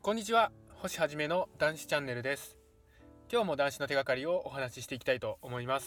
こんにちは、星はじめの男子チャンネルです。今日も男子の手がかりをお話ししていきたいと思います。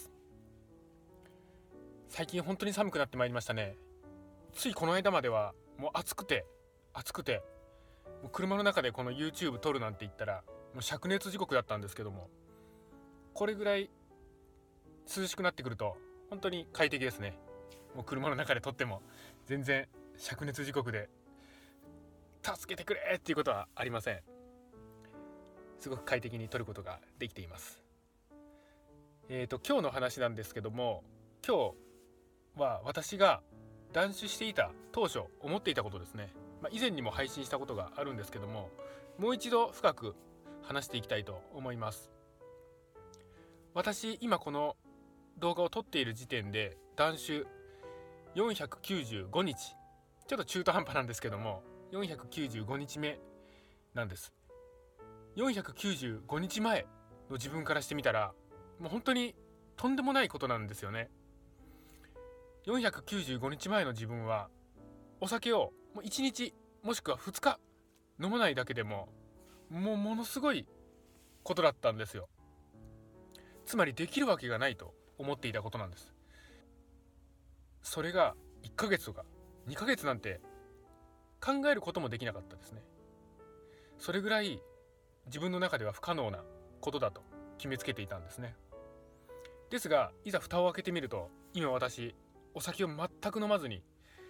最近本当に寒くなってまいりましたね。ついこの間まではもう暑くてもう車の中でこの YouTube 撮るなんて言ったらもう灼熱地獄だったんですけども、これぐらい涼しくなってくると本当に快適ですね。もう車の中で撮っても全然灼熱地獄で助けてくれっていうことはありません。すごく快適に撮ることができています。今日の話なんですけども、今日は私が断酒していた当初思っていたことですね。以前にも配信したことがあるんですけども、もう一度深く話していきたいと思います。私今この動画を撮っている時点で断酒495日、ちょっと中途半端なんですけども495日目なんです。495日前の自分からしてみたらもう本当にとんでもないことなんですよね。495日前の自分はお酒をもう1日もしくは2日飲まないだけでももうものすごいことだったんですよ。つまりできるわけがないと思っていたことなんです。それが1ヶ月とか2ヶ月なんて考えることもできなかったですね。それぐらい自分の中では不可能なことだと決めつけていたんですね。ですがいざ蓋を開けてみると、今私お酒を全く飲まずに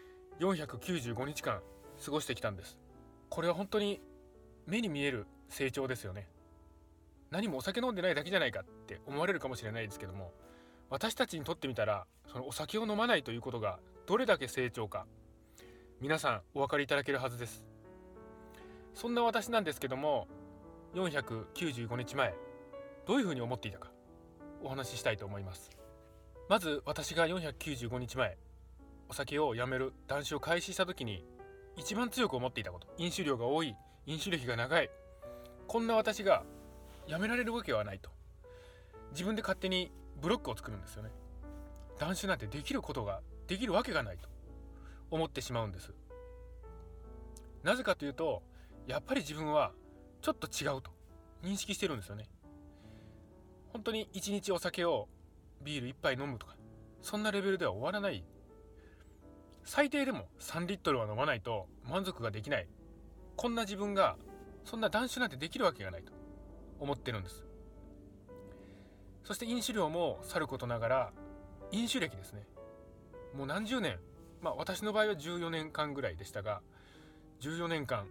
495日間過ごしてきたんです。これは本当に目に見える成長ですよね。何もお酒飲んでないだけじゃないかって思われるかもしれないですけども、私たちにとってみたらそのお酒を飲まないということがどれだけ成長か、皆さんお分かりいただけるはずです。そんな私なんですけども、495日前どういうふうに思っていたかお話ししたいと思います。まず私が495日前お酒をやめる断酒を開始した時に一番強く思っていたこと、飲酒量が多い、飲酒歴が長い、こんな私がやめられるわけはないと自分で勝手にブロックを作るんですよね。断酒なんてできるわけがないと思ってしまうんです。なぜかというと、やっぱり自分はちょっと違うと認識してるんですよね。本当に一日お酒をビール一杯飲むとかそんなレベルでは終わらない。最低でも3リットルは飲まないと満足ができない、こんな自分がそんな断酒なんてできるわけがないと思ってるんです。そして飲酒量もさることながら飲酒歴ですね。もう何十年、私の場合は14年間ぐらいでしたが、14年間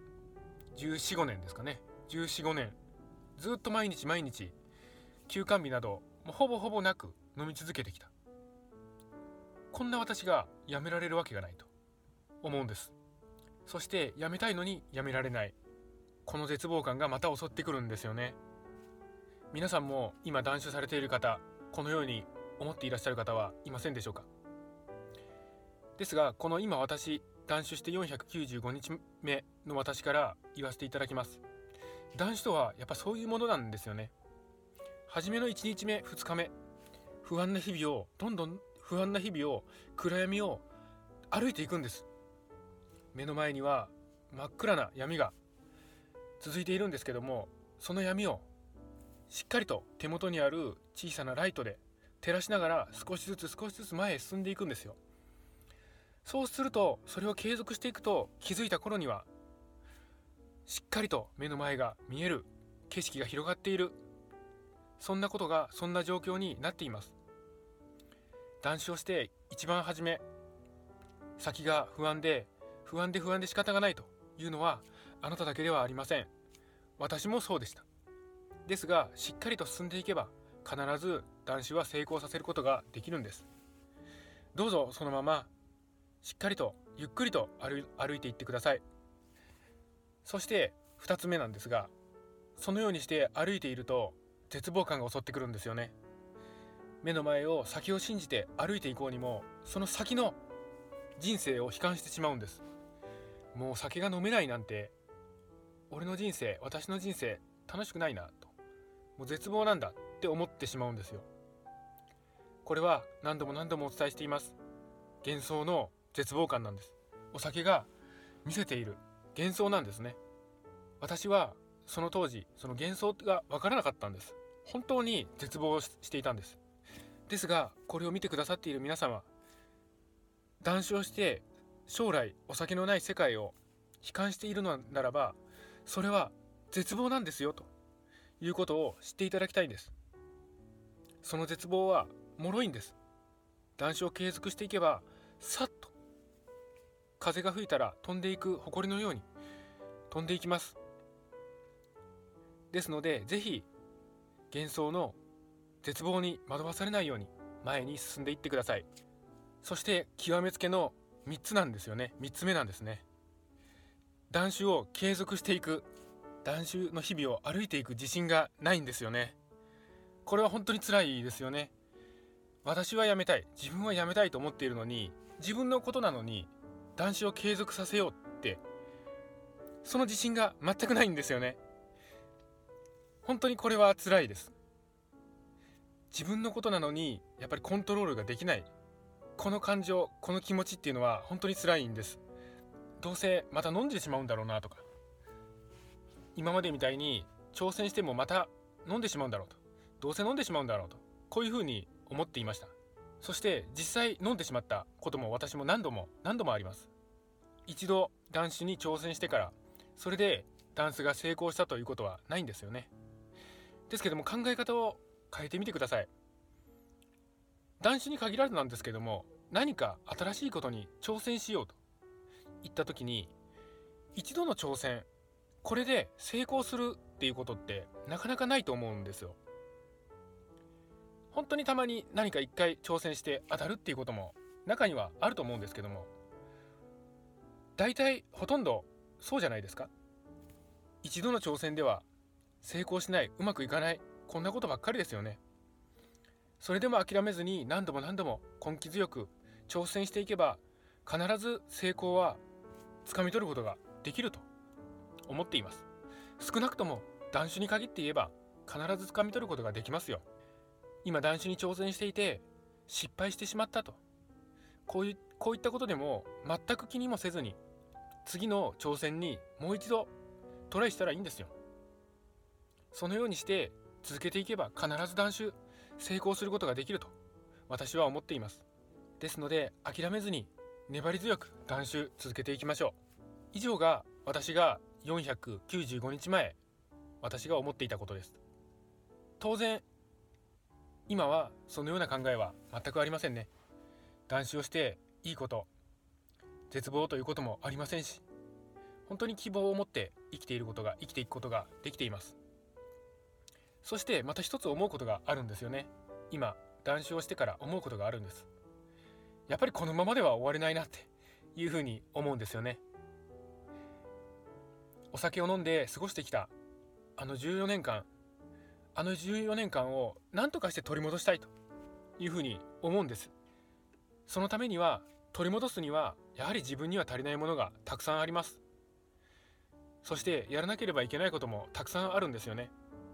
14、5年ですかね、14、5年ずっと毎日休館日などもうほぼほぼなく飲み続けてきた。こんな私がやめられるわけがないと思うんです。そしてやめたいのにやめられない、この絶望感がまた襲ってくるんですよね。皆さんも今断酒されている方、このように思っていらっしゃる方はいませんでしょうか。ですがこの今私断酒して495日目の私から言わせていただきます。断酒とはやっぱそういうものなんですよね。初めの1日目2日目、不安な日々を暗闇を歩いていくんです。目の前には真っ暗な闇が続いているんですけども、その闇をしっかりと手元にある小さなライトで照らしながら少しずつ前へ進んでいくんですよ。そうすると、それを継続していくと、気づいた頃にはしっかりと目の前が見える、景色が広がっている、そんな状況になっています。断酒をして一番初め、先が不安で仕方がないというのはあなただけではありません。私もそうでした。ですがしっかりと進んでいけば必ず断酒は成功させることができるんです。どうぞそのまましっかりとゆっくりと歩いていってください。そして2つ目なんですが、そのようにして歩いていると絶望感が襲ってくるんですよね。目の前を先を信じて歩いていこうにも、その先の人生を悲観してしまうんです。もう酒が飲めないなんて、私の人生楽しくないなと、もう絶望なんだって思ってしまうんですよ。これは何度もお伝えしています。幻想の絶望感なんです。お酒が見せている幻想なんですね。私はその当時その幻想が分からなかったんです。本当に絶望していたんです。ですがこれを見てくださっている皆様、断酒をして将来お酒のない世界を悲観しているのならば、それは絶望なんですよということを知っていただきたいんです。その絶望は脆いんです。断酒を継続していけば、さっと風が吹いたら飛んでいく埃のように飛んでいきます。ですのでぜひ幻想の絶望に惑わされないように前に進んでいってください。そして極めつけの3つなんですよね。3つ目なんですね。断酒を継続していく、断酒の日々を歩いていく自信がないんですよね。これは本当に辛いですよね。私はやめたい、自分はやめたいと思っているのに、自分のことなのに断酒を継続させようって、その自信が全くないんですよね。本当にこれは辛いです。自分のことなのにやっぱりコントロールができない、この感情、この気持ちっていうのは本当に辛いんです。どうせまた飲んでしまうんだろうなとか、今までみたいに挑戦してもまた飲んでしまうんだろうと、どうせ飲んでしまうんだろうと、こういうふうに思っていました。そして実際飲んでしまったことも私も何度もあります。一度断酒に挑戦してからそれでダンスが成功したということはないんですよね。ですけども考え方を変えてみてください。断酒に限らずなんですけども、何か新しいことに挑戦しようといった時に、一度の挑戦、これで成功するっていうことってなかなかないと思うんですよ。本当にたまに何か一回挑戦して当たるっていうことも中にはあると思うんですけども、大体ほとんどそうじゃないですか。一度の挑戦では成功しない、うまくいかない、こんなことばっかりですよね。それでも諦めずに何度も根気強く挑戦していけば、必ず成功はつかみ取ることができると思っています。少なくとも断酒に限って言えば必ずつかみ取ることができますよ。今断酒に挑戦していて失敗してしまったと、こういったことでも全く気にもせずに次の挑戦にもう一度トライしたらいいんですよ。そのようにして続けていけば必ず断酒成功することができると私は思っています。ですので諦めずに粘り強く断酒続けていきましょう。以上が私が495日前私が思っていたことです。当然今はそのような考えは全くありませんね。断酒をしていいこと、絶望ということもありませんし、本当に希望を持って生きていくことができています。そしてまた一つ思うことがあるんですよね。今断酒をしてから思うことがあるんです。やっぱりこのままでは終われないなっていうふうに思うんですよね。お酒を飲んで過ごしてきたあの14年間を何とかして取り戻したいというふうに思うんです。そのためには、取り戻すにはやはり自分には足りないものがたくさんあります。そしてやらなければいけないこともたくさんあるんですよね。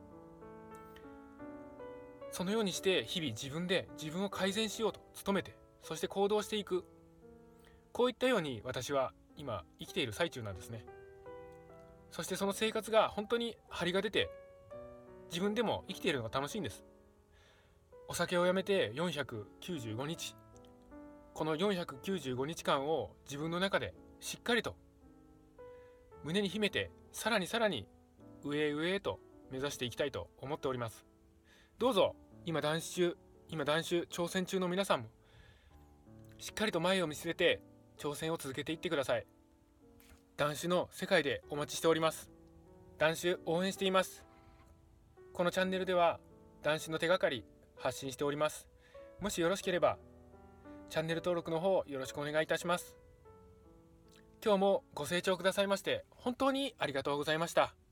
そのようにして日々自分を改善しようと努めて、そして行動していく、こういったように私は今生きている最中なんですね。そしてその生活が本当に張りが出て、自分でも生きているのが楽しいんです。お酒をやめて495日、この495日間を自分の中でしっかりと胸に秘めて、さらに上へ上へと目指していきたいと思っております。どうぞ今断酒挑戦中の皆さんもしっかりと前を見据えて挑戦を続けていってください。断酒の世界でお待ちしております。断酒応援しています。このチャンネルでは断酒の手がかり発信しております。もしよろしければチャンネル登録の方よろしくお願いいたします。今日もご清聴くださいまして本当にありがとうございました。